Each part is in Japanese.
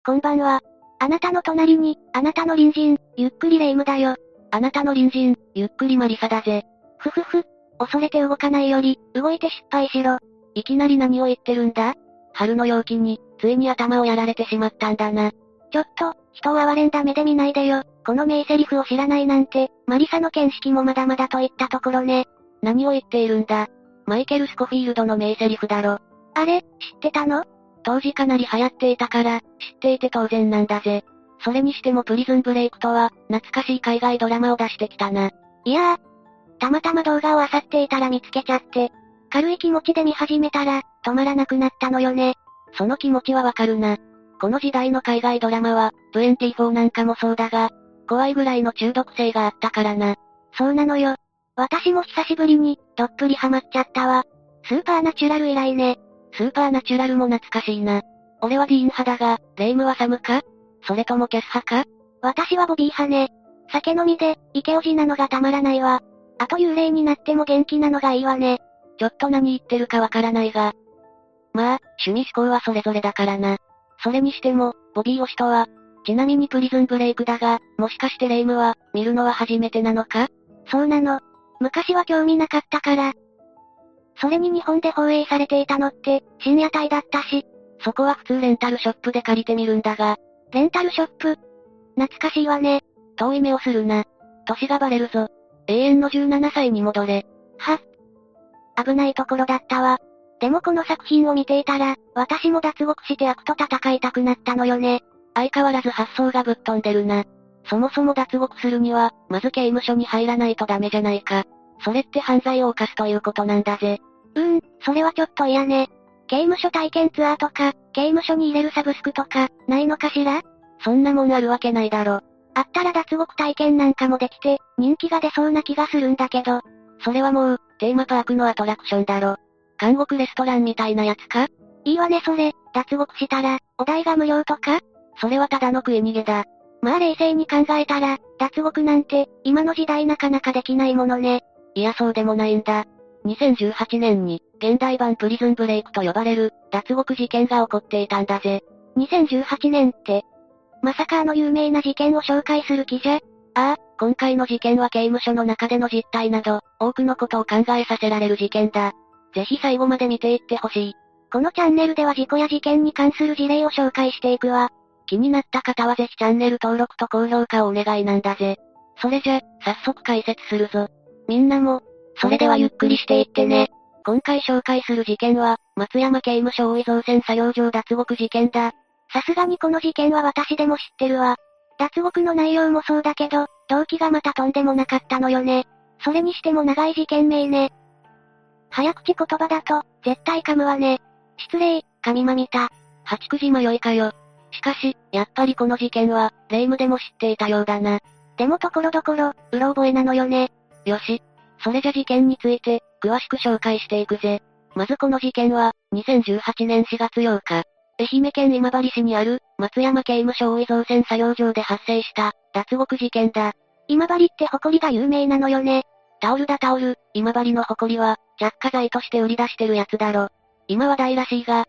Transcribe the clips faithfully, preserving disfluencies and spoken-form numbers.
こんばんは。あなたの隣に、あなたの隣人、ゆっくりレ夢ムだよ。 あなたの隣人、ゆっくりマリサだぜ。 ふふふ。恐れて動かないより、動いて失敗しろ。 いきなり何を言ってるんだ？春の陽気に、ついに頭をやられてしまったんだな。 ちょっと、人を哀れんだ目で見ないでよ。この名台詞を知らないなんて、マリサの見識もまだまだといったところね。 何を言っているんだ？マイケル・スコフィールドの名台詞だろ。 あれ、知ってたの？ 当時かなり流行っていたから、知っていて当然なんだぜ。それにしてもプリズンブレイクとは、懐かしい海外ドラマを出してきたな。 いやー、たまたま動画を漁っていたら見つけちゃって、軽い気持ちで見始めたら、止まらなくなったのよね。 その気持ちはわかるな。この時代の海外ドラマは、にじゅうよんなんかもそうだが、怖いぐらいの中毒性があったからな。 そうなのよ。私も久しぶりに、どっぷりハマっちゃったわ。スーパーナチュラル以来ね。 スーパーナチュラルも懐かしいな。俺はディーン派だが、レイムはサムか？それともキャス派か？ 私はボビー派ね。酒飲みで、イケオジなのがたまらないわ。あと幽霊になっても元気なのがいいわね。 ちょっと何言ってるかわからないが。まあ、趣味思考はそれぞれだからな。それにしても、ボビー推しとは、ちなみにプリズンブレイクだが、もしかしてレイムは、見るのは初めてなのか？ そうなの。昔は興味なかったから。それに日本で放映されていたのって、深夜帯だったし。 そこは普通レンタルショップで借りてみるんだが。 レンタルショップ？懐かしいわね。 遠い目をするな。歳がバレるぞ。永遠のじゅうななさいに戻れ。 はっ。危ないところだったわ。でもこの作品を見ていたら、私も脱獄して悪と戦いたくなったのよね。 相変わらず発想がぶっ飛んでるな。そもそも脱獄するには、まず刑務所に入らないとダメじゃないか。それって犯罪を犯すということなんだぜ。 うーん、それはちょっと嫌ね。刑務所体験ツアーとか、刑務所に入れるサブスクとか、ないのかしら？ そんなもんあるわけないだろ。 あったら脱獄体験なんかもできて、人気が出そうな気がするんだけど。 それはもう、テーマパークのアトラクションだろ。監獄レストランみたいなやつか？ いいわねそれ、脱獄したら、お代が無料とか？ それはただの食い逃げだ。 まあ冷静に考えたら、脱獄なんて、今の時代なかなかできないものね。 いやそうでもないんだ。にせんじゅうはちねんに、現代版プリズンブレイクと呼ばれる、脱獄事件が起こっていたんだぜ。 にせんじゅうはちねんって、まさかあの有名な事件を紹介する気じゃ？ ああ、今回の事件は刑務所の中での実態など、多くのことを考えさせられる事件だ。ぜひ最後まで見ていってほしい。 このチャンネルでは事故や事件に関する事例を紹介していくわ。 気になった方はぜひチャンネル登録と高評価をお願いなんだぜ。それじゃ、早速解説するぞ。みんなも、それではゆっくりしていってね。今回紹介する事件は、松山刑務所大井造船作業場脱獄事件だ。 さすがにこの事件は私でも知ってるわ。脱獄の内容もそうだけど、動機がまたとんでもなかったのよね。それにしても長い事件名ね。早口言葉だと、絶対噛むわね。失礼、噛みまみた。 八九時迷いかよ。しかし、やっぱりこの事件は、レイムでも知っていたようだな。 でもところどころ、うろ覚えなのよね。 よし。それじゃ事件について、詳しく紹介していくぜ。まずこの事件は、にせんじゅうはちねんしがつようか、愛媛県今治市にある、松山刑務所大井造船作業場で発生した、脱獄事件だ。 今治って誇りが有名なのよね。 タオルだタオル、今治の誇りは、着火剤として売り出してるやつだろ。今話題らしいが。って、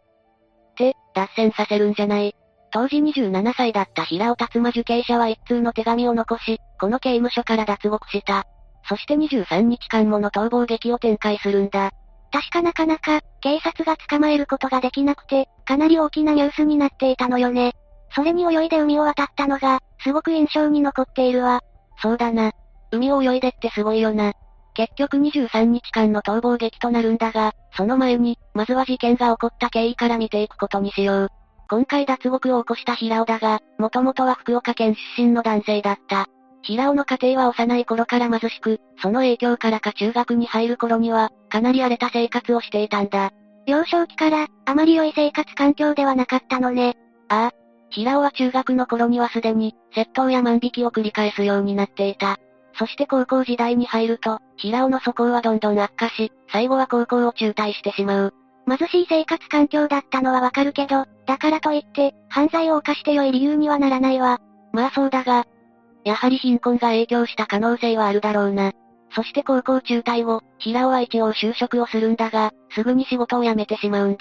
脱線させるんじゃない。当時にじゅうななさいだった平尾達馬受刑者は一通の手紙を残し、この刑務所から脱獄した。そしてにじゅうさんにちかんもの逃亡劇を展開するんだ。 確かなかなか、警察が捕まえることができなくて、かなり大きなニュースになっていたのよね。それに泳いで海を渡ったのが、すごく印象に残っているわ。 そうだな。海を泳いでってすごいよな。結局にじゅうさんにちかんの逃亡劇となるんだが、その前に、まずは事件が起こった経緯から見ていくことにしよう。今回脱獄を起こした平尾だが、もともとは福岡県出身の男性だった。平尾の家庭は幼い頃から貧しく、その影響からか中学に入る頃には、かなり荒れた生活をしていたんだ。 幼少期から、あまり良い生活環境ではなかったのね。 ああ。平尾は中学の頃にはすでに、窃盗や万引きを繰り返すようになっていた。そして高校時代に入ると、平尾の素行はどんどん悪化し、最後は高校を中退してしまう。 貧しい生活環境だったのはわかるけど、だからといって、犯罪を犯して良い理由にはならないわ。 まあそうだが、やはり貧困が影響した可能性はあるだろうな。そして高校中退後、平尾は一応就職をするんだが、すぐに仕事を辞めてしまうんだ。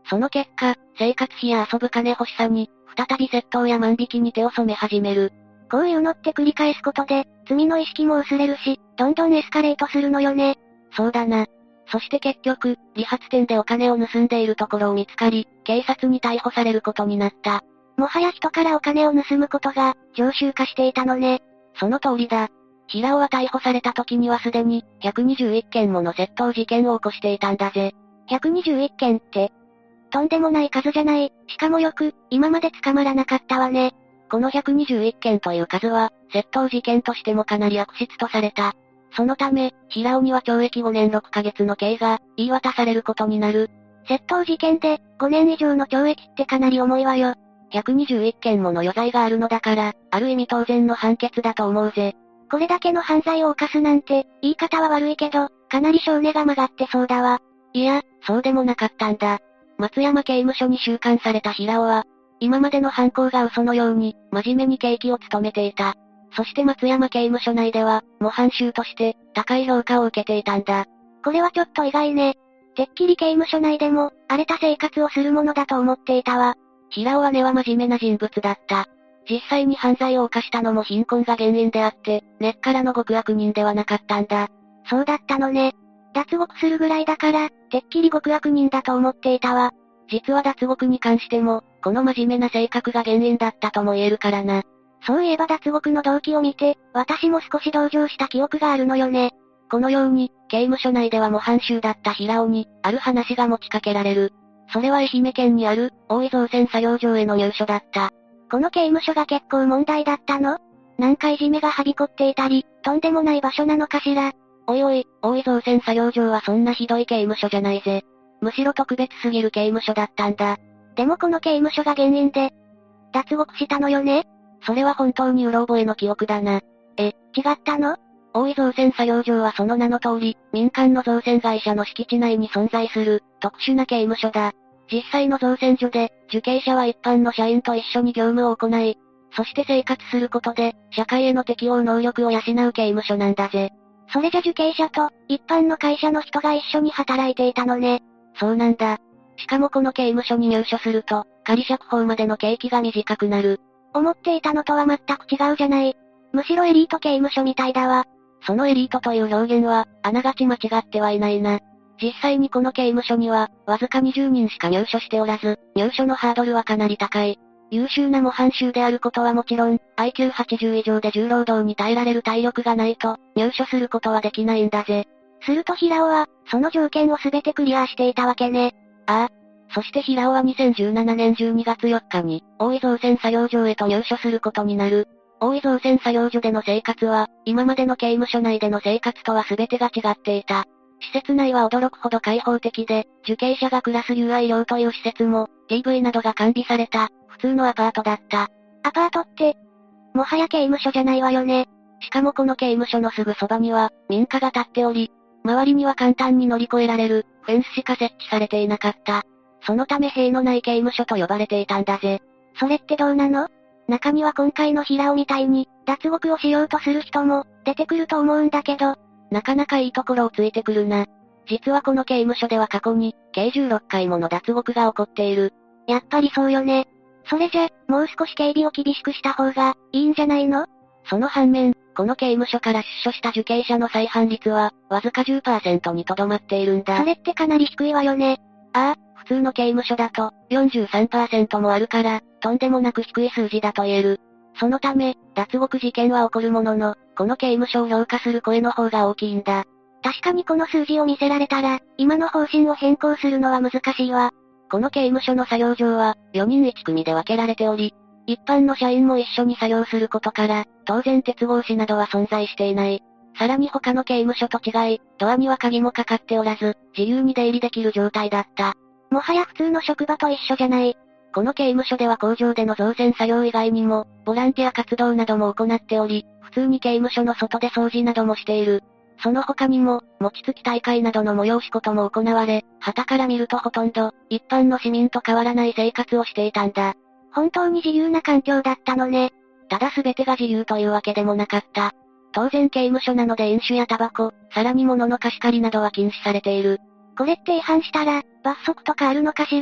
その結果、生活費や遊ぶ金欲しさに、再び窃盗や万引きに手を染め始める。 こういうのって繰り返すことで、罪の意識も薄れるし、どんどんエスカレートするのよね。 そうだな。そして結局、理髪店でお金を盗んでいるところを見つかり、警察に逮捕されることになった。 もはや人からお金を盗むことが、常習化していたのね。 その通りだ。平尾は逮捕された時にはすでに、ひゃくにじゅういっけんもの窃盗事件を起こしていたんだぜ。 ひゃくにじゅういっけんって、とんでもない数じゃない。しかもよく、今まで捕まらなかったわね。 このひゃくにじゅういっけんという数は、窃盗事件としてもかなり悪質とされた。そのため、平尾には懲役ごねんろっかげつの刑が、言い渡されることになる。 窃盗事件で、ごねん以上の懲役ってかなり重いわよ。 ひゃくにじゅういっけんもの余罪があるのだから、ある意味当然の判決だと思うぜ。 これだけの犯罪を犯すなんて、言い方は悪いけど、かなり性根が曲がってそうだわ。 いや、そうでもなかったんだ。松山刑務所に収監された平尾は、今までの犯行が嘘のように、真面目に刑期を務めていた。そして松山刑務所内では、模範囚として、高い評価を受けていたんだ。 これはちょっと意外ね。てっきり刑務所内でも、荒れた生活をするものだと思っていたわ。 平尾は根は真面目な人物だった。実際に犯罪を犯したのも貧困が原因であって、根っからの極悪人ではなかったんだ。 そうだったのね。脱獄するぐらいだから、てっきり極悪人だと思っていたわ。 実は脱獄に関しても、この真面目な性格が原因だったとも言えるからな。 そういえば脱獄の動機を見て、私も少し同情した記憶があるのよね。 このように、刑務所内では模範囚だった平尾に、ある話が持ちかけられる。それは愛媛県にある、大井造船作業場への入所だった。 この刑務所が結構問題だったの？なんかいじめがはびこっていたり、とんでもない場所なのかしら？ おいおい、大井造船作業場はそんなひどい刑務所じゃないぜ。むしろ特別すぎる刑務所だったんだ。 でもこの刑務所が原因で、脱獄したのよね？ それは本当にうろ覚えの記憶だな。 え、違ったの？ 大井造船作業場はその名の通り、民間の造船会社の敷地内に存在する、特殊な刑務所だ。実際の造船所で、受刑者は一般の社員と一緒に業務を行い、そして生活することで、社会への適応能力を養う刑務所なんだぜ。 それじゃ受刑者と、一般の会社の人が一緒に働いていたのね。 そうなんだ。しかもこの刑務所に入所すると、仮釈放までの刑期が短くなる。 思っていたのとは全く違うじゃない。むしろエリート刑務所みたいだわ。 そのエリートという表現は、あながち間違ってはいないな。実際にこの刑務所には、わずかにじゅうにんしか入所しておらず、入所のハードルはかなり高い。優秀な模範囚であることはもちろん、アイキューはちじゅう 以上で重労働に耐えられる体力がないと、入所することはできないんだぜ。 すると平尾は、その条件をすべてクリアしていたわけね。 ああ。そして平尾はにせんじゅうななねんじゅうにがつよっかに、大井造船作業場へと入所することになる。大井造船作業所での生活は、今までの刑務所内での生活とは全てが違っていた。施設内は驚くほど開放的で、受刑者が暮らす友愛寮という施設も、ティーブイ などが完備された、普通のアパートだった。 アパートって、もはや刑務所じゃないわよね。 しかもこの刑務所のすぐそばには、民家が建っており、周りには簡単に乗り越えられる、フェンスしか設置されていなかった。そのため塀のない刑務所と呼ばれていたんだぜ。 それってどうなの？中には今回の平尾みたいに、脱獄をしようとする人も、出てくると思うんだけど、 なかなかいいところをついてくるな。実はこの刑務所では過去に、計じゅうろっかいもの脱獄が起こっている。 やっぱりそうよね。それじゃ、もう少し警備を厳しくした方が、いいんじゃないの？ その反面、この刑務所から出所した受刑者の再犯率は、わずか じゅっパーセント にとどまっているんだ。 それってかなり低いわよね。 ああ、普通の刑務所だと、よんじゅうさんパーセント もあるから、とんでもなく低い数字だと言える。そのため、脱獄事件は起こるものの、この刑務所を評価する声の方が大きいんだ。 確かにこの数字を見せられたら、今の方針を変更するのは難しいわ。 この刑務所の作業場は、よにんいち組で分けられており、一般の社員も一緒に作業することから、当然鉄格子などは存在していない。さらに他の刑務所と違い、ドアには鍵もかかっておらず、自由に出入りできる状態だった。 もはや普通の職場と一緒じゃない。 この刑務所では工場での造船作業以外にも、ボランティア活動なども行っており、普通に刑務所の外で掃除などもしている。その他にも、餅つき大会などの催し事も行われ、傍から見るとほとんど、一般の市民と変わらない生活をしていたんだ。 本当に自由な環境だったのね。 ただ全てが自由というわけでもなかった。当然刑務所なので飲酒やタバコ、さらに物の貸し借りなどは禁止されている。 これって違反したら、罰則とかあるのかしら？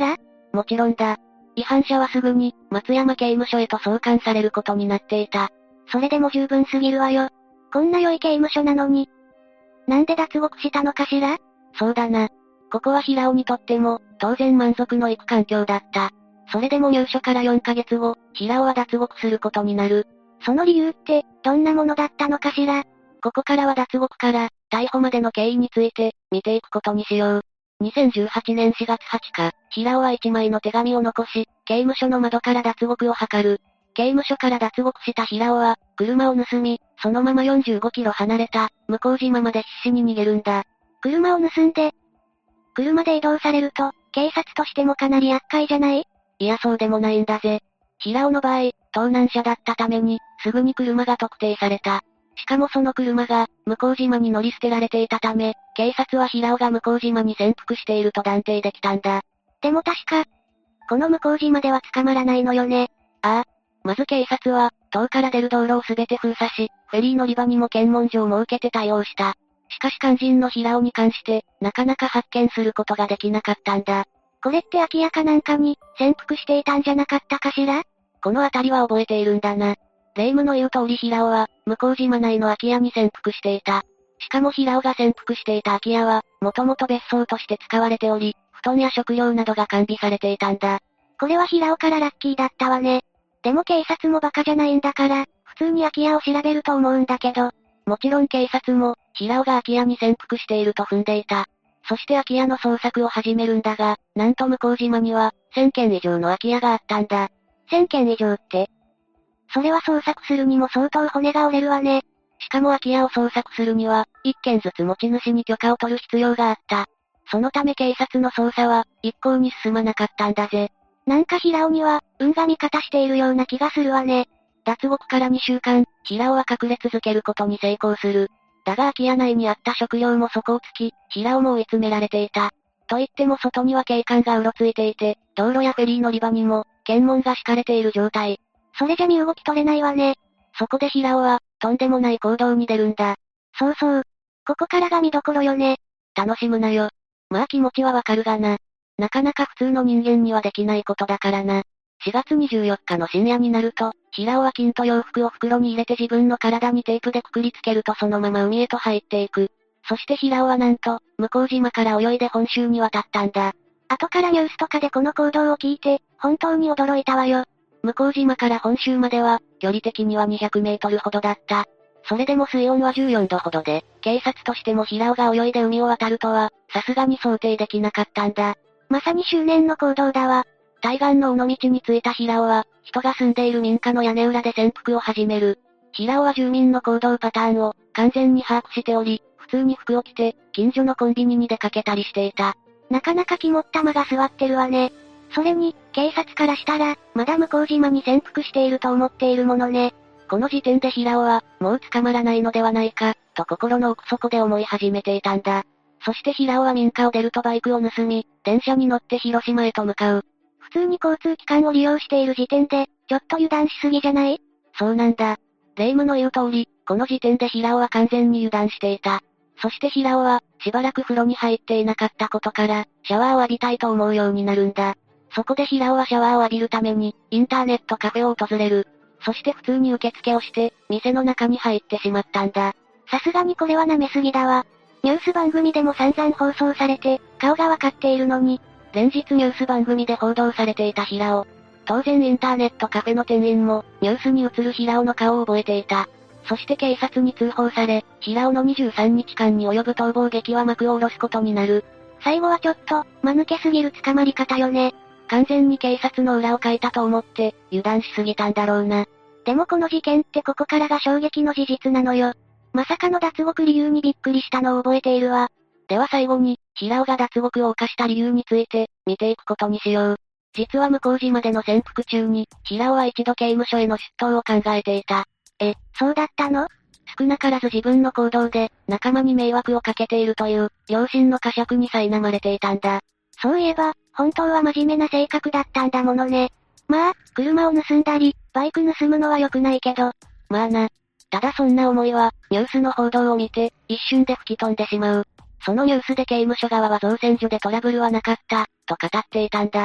もちろんだ。違反者はすぐに、松山刑務所へと送還されることになっていた。 それでも十分すぎるわよ。こんな良い刑務所なのに。なんで脱獄したのかしら？ そうだな。ここは平尾にとっても、当然満足のいく環境だった。それでも入所からよんかげつご、平尾は脱獄することになる。 その理由って、どんなものだったのかしら？ ここからは脱獄から、逮捕までの経緯について、見ていくことにしよう。にせんじゅうはちねんしがつはつか、平尾はいちまいの手紙を残し、刑務所の窓から脱獄を図る。刑務所から脱獄した平尾は、車を盗み、そのままよんじゅうごキロ離れた、向島まで必死に逃げるんだ。 車を盗んで、車で移動されると、警察としてもかなり厄介じゃない？ いやそうでもないんだぜ。平尾の場合、盗難車だったために、すぐに車が特定された。しかもその車が、向島に乗り捨てられていたため、警察は平尾が向島に潜伏していると断定できたんだ。 でも確か、この向島では捕まらないのよね。 ああ。まず警察は、島から出る道路をすべて封鎖し、フェリー乗り場にも検問所を設けて対応した。しかし肝心の平尾に関して、なかなか発見することができなかったんだ。 これって空き家かなんかに、潜伏していたんじゃなかったかしら？ このあたりは覚えているんだな。霊夢の言う通り平尾は、向島内の空き家に潜伏していた。しかも平尾が潜伏していた空き家は、もともと別荘として使われており、布団や食料などが完備されていたんだ。 これは平尾からラッキーだったわね。でも警察もバカじゃないんだから、普通に空き家を調べると思うんだけど。 もちろん警察も、平尾が空き家に潜伏していると踏んでいた。そして空き家の捜索を始めるんだが、なんと向島には、せんけん以上の空き家があったんだ。 せんけん以上って？それは捜索するにも相当骨が折れるわね。 しかも空き家を捜索するには、いっけんずつ持ち主に許可を取る必要があった。そのため警察の捜査は、一向に進まなかったんだぜ。 なんか平尾には、運が味方しているような気がするわね。 脱獄からにしゅうかん、平尾は隠れ続けることに成功する。だが空き家内にあった食料も底をつき、平尾も追い詰められていた。と言っても外には警官がうろついていて、道路やフェリー乗り場にも、検問が敷かれている状態。 それじゃ身動き取れないわね。 そこで平尾は、とんでもない行動に出るんだ。 そうそう。ここからが見どころよね。 楽しむなよ。まあ気持ちはわかるがな。なかなか普通の人間にはできないことだからな。しがつにじゅうよっかの深夜になると、平尾は金と洋服を袋に入れて自分の体にテープでくくりつけるとそのまま海へと入っていく。そして平尾はなんと、向島から泳いで本州に渡ったんだ。 後からニュースとかでこの行動を聞いて、本当に驚いたわよ。 向島から本州までは、距離的にはにひゃくメートルほどだった。それでも水温はじゅうよんどほどで、警察としても平尾が泳いで海を渡るとは、さすがに想定できなかったんだ。 まさに執念の行動だわ。 対岸の尾道に着いた平尾は、人が住んでいる民家の屋根裏で潜伏を始める。平尾は住民の行動パターンを、完全に把握しており、普通に服を着て、近所のコンビニに出かけたりしていた。 なかなか肝っ玉が座ってるわね。それに、警察からしたら、まだ向島に潜伏していると思っているものね。 この時点で平尾は、もう捕まらないのではないか、と心の奥底で思い始めていたんだ。そして平尾は民家を出るとバイクを盗み、電車に乗って広島へと向かう。 普通に交通機関を利用している時点で、ちょっと油断しすぎじゃない？ そうなんだ。霊夢の言う通り、この時点で平尾は完全に油断していた。そして平尾は、しばらく風呂に入っていなかったことから、シャワーを浴びたいと思うようになるんだ。そこで平尾はシャワーを浴びるために、インターネットカフェを訪れる。そして普通に受付をして、店の中に入ってしまったんだ。 さすがにこれは舐めすぎだわ。ニュース番組でも散々放送されて、顔がわかっているのに。 連日ニュース番組で報道されていた平尾。当然インターネットカフェの店員も、ニュースに映る平尾の顔を覚えていた。そして警察に通報され、平尾のにじゅうさんにちかんに及ぶ逃亡劇は幕を下ろすことになる。 最後はちょっと、間抜けすぎる捕まり方よね。 完全に警察の裏をかいたと思って、油断しすぎたんだろうな。 でもこの事件ってここからが衝撃の事実なのよ。まさかの脱獄理由にびっくりしたのを覚えているわ。 では最後に、平尾が脱獄を犯した理由について、見ていくことにしよう。実は向島での潜伏中に、平尾は一度刑務所への出頭を考えていた。 え、そうだったの？ 少なからず自分の行動で、仲間に迷惑をかけているという、良心の呵責に苛まれていたんだ。 そういえば、本当は真面目な性格だったんだものね。まあ、車を盗んだり、バイク盗むのは良くないけど。 まあな。ただそんな思いは、ニュースの報道を見て、一瞬で吹き飛んでしまう。そのニュースで刑務所側は造船所でトラブルはなかった、と語っていたんだ。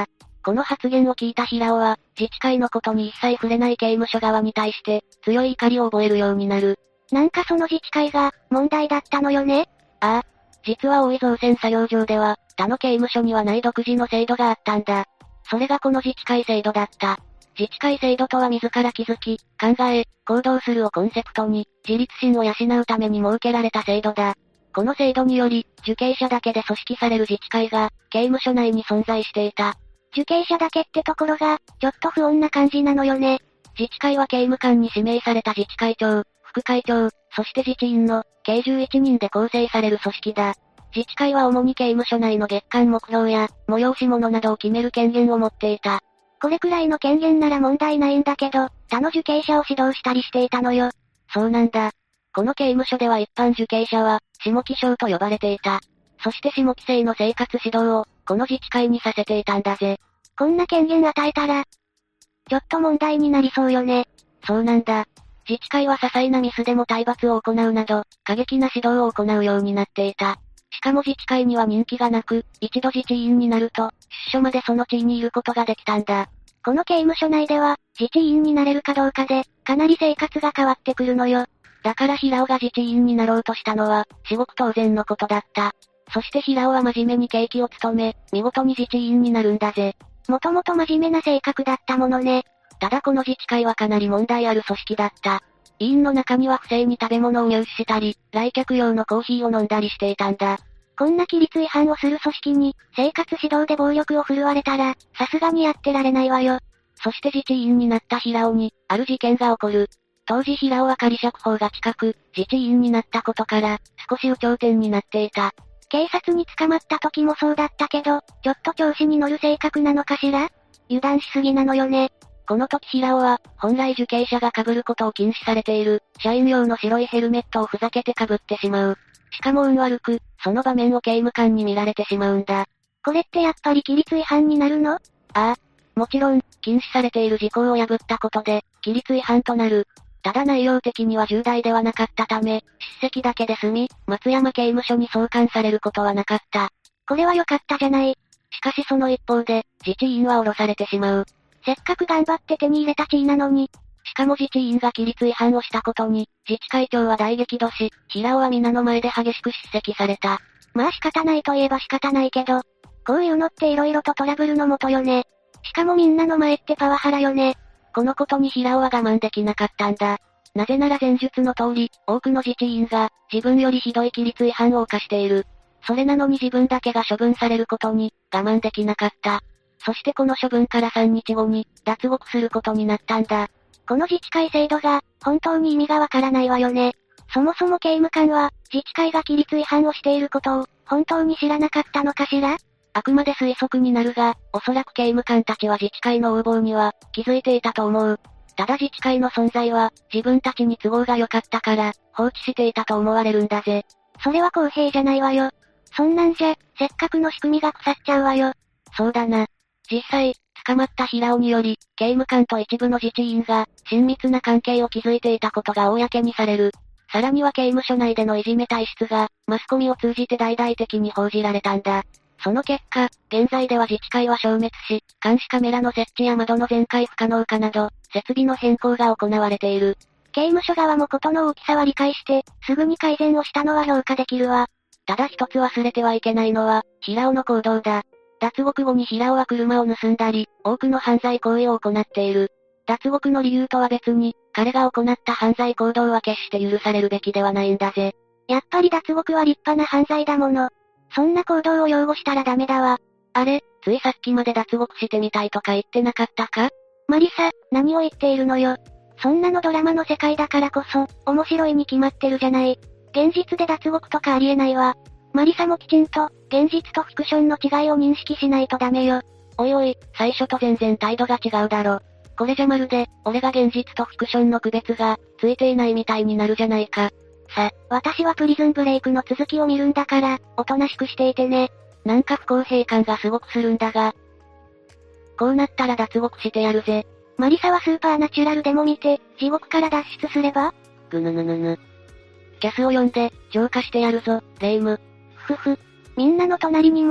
この発言を聞いた平尾は、自治会のことに一切触れない刑務所側に対して、強い怒りを覚えるようになる。 なんかその自治会が、問題だったのよね？ ああ。実は大井造船作業場では、他の刑務所にはない独自の制度があったんだ。それがこの自治会制度だった。自治会制度とは自ら気づき、考え、行動するをコンセプトに、自立心を養うために設けられた制度だ。この制度により、受刑者だけで組織される自治会が、刑務所内に存在していた。 受刑者だけってところが、ちょっと不穏な感じなのよね。 自治会は刑務官に指名された自治会長、副会長、そして自治員の、計じゅういちにんで構成される組織だ。自治会は主に刑務所内の月間目標や、催し物などを決める権限を持っていた。 これくらいの権限なら問題ないんだけど、他の受刑者を指導したりしていたのよ。 そうなんだ。この刑務所では一般受刑者は、下木省と呼ばれていた。そして下木生の生活指導を、この自治会にさせていたんだぜ。 こんな権限与えたら、ちょっと問題になりそうよね。 そうなんだ。自治会は些細なミスでも体罰を行うなど、過激な指導を行うようになっていた。しかも自治会には人気がなく、一度自治員になると、出所までその地位にいることができたんだ。 この刑務所内では、自治員になれるかどうかで、かなり生活が変わってくるのよ。 だから平尾が自治員になろうとしたのは、至極当然のことだった。そして平尾は真面目に刑期を務め、見事に自治員になるんだぜ。 もともと真面目な性格だったものね。 ただこの自治会はかなり問題ある組織だった。委員の中には不正に食べ物を入手したり、来客用のコーヒーを飲んだりしていたんだ。 こんな規律違反をする組織に、生活指導で暴力を振るわれたら、さすがにやってられないわよ。 そして自治員になった平尾に、ある事件が起こる。当時平尾は仮釈放が近く、自治員になったことから、少し有頂天になっていた。 警察に捕まった時もそうだったけど、ちょっと調子に乗る性格なのかしら？油断しすぎなのよね。 この時平尾は、本来受刑者が被ることを禁止されている、社員用の白いヘルメットをふざけて被ってしまう。しかも運悪く、その場面を刑務官に見られてしまうんだ。 これってやっぱり規律違反になるの？ああ。もちろん、禁止されている事項を破ったことで、規律違反となる。ただ内容的には重大ではなかったため、叱責だけで済み、松山刑務所に送還されることはなかった。 これは良かったじゃない。 しかしその一方で、自治員は降ろされてしまう。 せっかく頑張って手に入れた地位なのに。 しかも自治員が規律違反をしたことに、自治会長は大激怒し、平尾は皆の前で激しく叱責された。 まあ仕方ないといえば仕方ないけど、こういうのって色々とトラブルのもとよね。しかもみんなの前ってパワハラよね。 このことに平尾は我慢できなかったんだ。なぜなら前述の通り、多くの自治員が、自分よりひどい規律違反を犯している。それなのに自分だけが処分されることに、我慢できなかった。そしてこの処分からさんにちごに、脱獄することになったんだ。 この自治会制度が、本当に意味がわからないわよね。そもそも刑務官は、自治会が規律違反をしていることを、本当に知らなかったのかしら？ あくまで推測になるが、おそらく刑務官たちは自治会の横暴には、気づいていたと思う。ただ自治会の存在は、自分たちに都合が良かったから、放置していたと思われるんだぜ。 それは公平じゃないわよ。そんなんじゃ、せっかくの仕組みが腐っちゃうわよ。 そうだな。実際、捕まった平尾により、刑務官と一部の自治員が、親密な関係を築いていたことが公にされる。さらには刑務所内でのいじめ体質が、マスコミを通じて大々的に報じられたんだ。その結果、現在では自治会は消滅し、監視カメラの設置や窓の全開不可能化など、設備の変更が行われている。 刑務所側もことの大きさは理解して、すぐに改善をしたのは評価できるわ。 ただ一つ忘れてはいけないのは、平尾の行動だ。脱獄後に平尾は車を盗んだり、多くの犯罪行為を行っている。脱獄の理由とは別に、彼が行った犯罪行動は決して許されるべきではないんだぜ。 やっぱり脱獄は立派な犯罪だもの。そんな行動を擁護したらダメだわ。 あれ、ついさっきまで脱獄してみたいとか言ってなかったか？ マリサ、何を言っているのよ。そんなのドラマの世界だからこそ、面白いに決まってるじゃない。現実で脱獄とかありえないわ。マリサもきちんと、現実とフィクションの違いを認識しないとダメよ。 おいおい、最初と全然態度が違うだろ。これじゃまるで、俺が現実とフィクションの区別が、ついていないみたいになるじゃないか。 さ、私はプリズンブレイクの続きを見るんだから、おとなしくしていてね。 なんか不公平感がすごくするんだが。こうなったら脱獄してやるぜ。 マリサはスーパーナチュラルでも見て、地獄から脱出すれば？ ぐぬぬぬぬ。キャスを呼んで、浄化してやるぞ、レイム。 ふふ。みんなの隣にも、フィ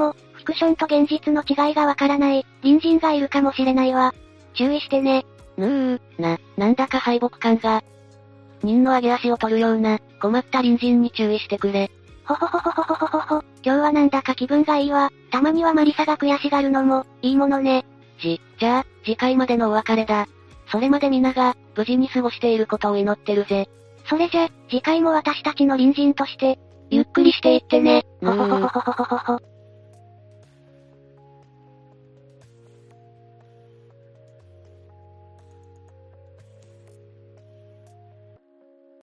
クションと現実の違いがわからない、隣人がいるかもしれないわ。注意してね。 ぬー、な、なんだか敗北感が。人の上げ足を取るような、困った隣人に注意してくれ。 ほほほほほほほほほ、今日はなんだか気分がいいわ。たまにはマリサが悔しがるのも、いいものね。 じ、じゃあ、次回までのお別れだ。それまで皆が、無事に過ごしていることを祈ってるぜ。 それじゃ、次回も私たちの隣人として、 ゆっくりしていってね。 ほほほほほほほほ。